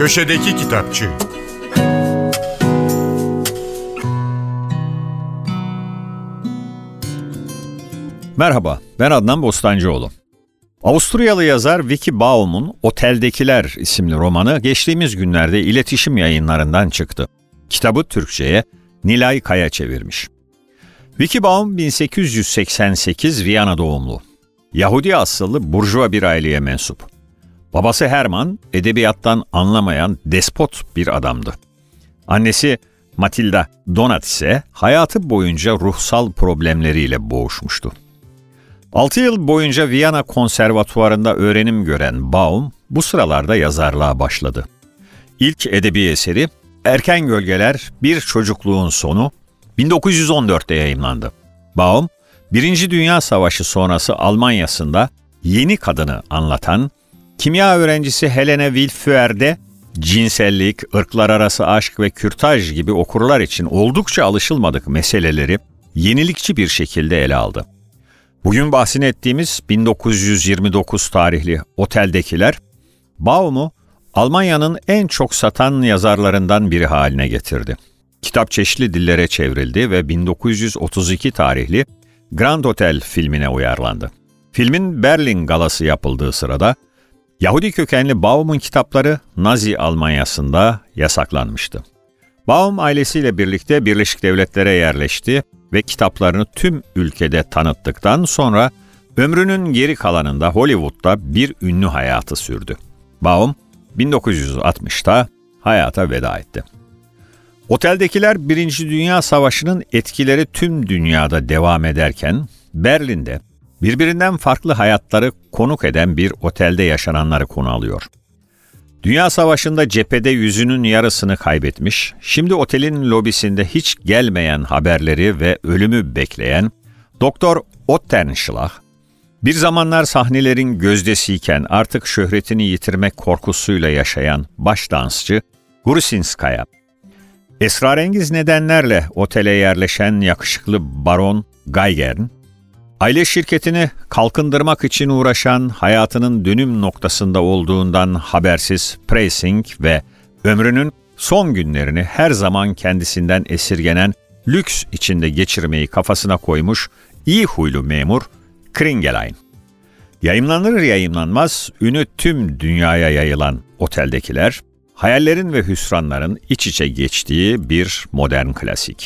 Köşedeki Kitapçı. Merhaba, ben Adnan Bostancıoğlu. Avusturyalı yazar Vicky Baum'un Oteldekiler isimli romanı geçtiğimiz günlerde iletişim yayınlarından çıktı. Kitabı Türkçe'ye Nilay Kaya çevirmiş. Vicky Baum 1888 Viyana doğumlu. Yahudi asıllı burjuva bir aileye mensup. Babası Hermann, edebiyattan anlamayan despot bir adamdı. Annesi Matilda Donat ise hayatı boyunca ruhsal problemleriyle boğuşmuştu. 6 yıl boyunca Viyana Konservatuvarı'nda öğrenim gören Baum, bu sıralarda yazarlığa başladı. İlk edebi eseri Erken Gölgeler, Bir Çocukluğun Sonu 1914'te yayımlandı. Baum, Birinci Dünya Savaşı sonrası Almanya'sında yeni kadını anlatan, kimya öğrencisi Helene Wülffer'de cinsellik, ırklar arası aşk ve kürtaj gibi okurlar için oldukça alışılmadık meseleleri yenilikçi bir şekilde ele aldı. Bugün bahsini ettiğimiz 1929 tarihli Oteldekiler, Baum'u Almanya'nın en çok satan yazarlarından biri haline getirdi. Kitap çeşitli dillere çevrildi ve 1932 tarihli Grand Hotel filmine uyarlandı. Filmin Berlin galası yapıldığı sırada, Yahudi kökenli Baum'un kitapları Nazi Almanya'sında yasaklanmıştı. Baum ailesiyle birlikte Birleşik Devletlere yerleşti ve kitaplarını tüm ülkede tanıttıktan sonra ömrünün geri kalanında Hollywood'da bir ünlü hayatı sürdü. Baum 1960'ta hayata veda etti. Oteldekiler 1. Dünya Savaşı'nın etkileri tüm dünyada devam ederken Berlin'de birbirinden farklı hayatları konuk eden bir otelde yaşananları konu alıyor. Dünya Savaşı'nda cephede yüzünün yarısını kaybetmiş, şimdi otelin lobisinde hiç gelmeyen haberleri ve ölümü bekleyen Doktor Ottenschlag, bir zamanlar sahnelerin gözdesiyken artık şöhretini yitirmek korkusuyla yaşayan baş dansçı Grusinskaya, esrarengiz nedenlerle otele yerleşen yakışıklı Baron Gaigern, aile şirketini kalkındırmak için uğraşan, hayatının dönüm noktasında olduğundan habersiz Preissing ve ömrünün son günlerini her zaman kendisinden esirgenen lüks içinde geçirmeyi kafasına koymuş iyi huylu memur Kringelein. Yayımlanır yayımlanmaz ünü tüm dünyaya yayılan Oteldekiler, hayallerin ve hüsranların iç içe geçtiği bir modern klasik.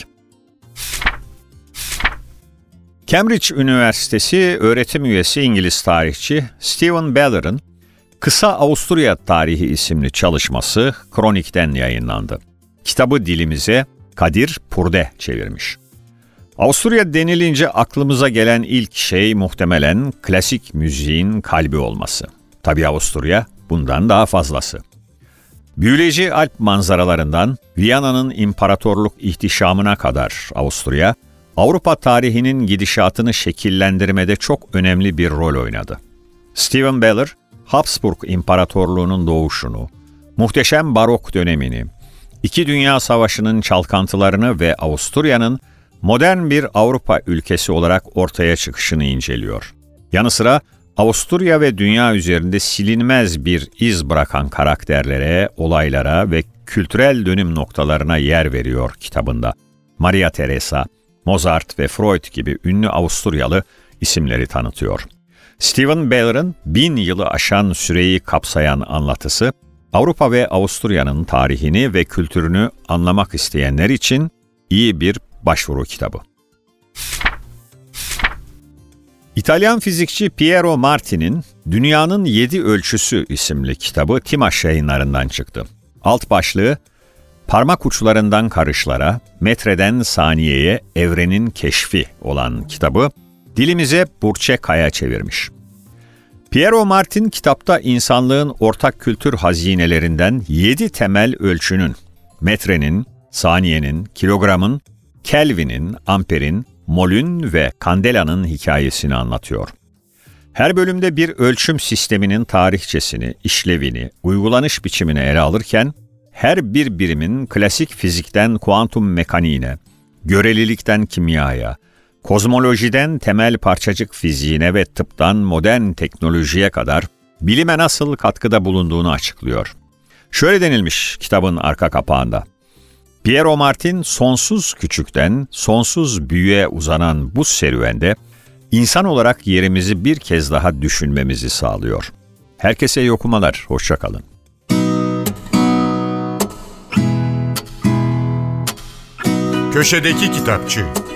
Cambridge Üniversitesi öğretim üyesi İngiliz tarihçi Stephen Baller'ın Kısa Avusturya Tarihi isimli çalışması Kronik'ten yayınlandı. Kitabı dilimize Kadir Purde çevirmiş. Avusturya denilince aklımıza gelen ilk şey muhtemelen klasik müziğin kalbi olması. Tabii Avusturya bundan daha fazlası. Büyüleyici Alp manzaralarından Viyana'nın imparatorluk ihtişamına kadar Avusturya, Avrupa tarihinin gidişatını şekillendirmede çok önemli bir rol oynadı. Stephen Baller, Habsburg İmparatorluğu'nun doğuşunu, muhteşem barok dönemini, İki Dünya Savaşı'nın çalkantılarını ve Avusturya'nın modern bir Avrupa ülkesi olarak ortaya çıkışını inceliyor. Yanı sıra Avusturya ve dünya üzerinde silinmez bir iz bırakan karakterlere, olaylara ve kültürel dönüm noktalarına yer veriyor kitabında. Maria Teresa, Mozart ve Freud gibi ünlü Avusturyalı isimleri tanıtıyor. Stephen Baller'ın 1000 yılı aşan süreyi kapsayan anlatısı, Avrupa ve Avusturya'nın tarihini ve kültürünü anlamak isteyenler için iyi bir başvuru kitabı. İtalyan fizikçi Piero Marti'nin Dünyanın 7 Ölçüsü isimli kitabı Timaş Yayınları'ndan çıktı. Alt başlığı, parmak uçlarından karışlara, metreden saniyeye evrenin keşfi olan kitabı dilimize Burçe Kaya çevirmiş. Piero Martin kitapta insanlığın ortak kültür hazinelerinden 7 temel ölçünün, metrenin, saniyenin, kilogramın, Kelvin'in, amperin, molün ve kandelanın hikayesini anlatıyor. Her bölümde bir ölçüm sisteminin tarihçesini, işlevini, uygulanış biçimini ele alırken, her bir birimin klasik fizikten kuantum mekaniğine, görelilikten kimyaya, kozmolojiden temel parçacık fiziğine ve tıptan modern teknolojiye kadar bilime nasıl katkıda bulunduğunu açıklıyor. Şöyle denilmiş kitabın arka kapağında. Piero Martin sonsuz küçükten sonsuz büyüğe uzanan bu serüvende insan olarak yerimizi bir kez daha düşünmemizi sağlıyor. Herkese iyi okumalar, hoşça kalın. Köşedeki Kitapçı.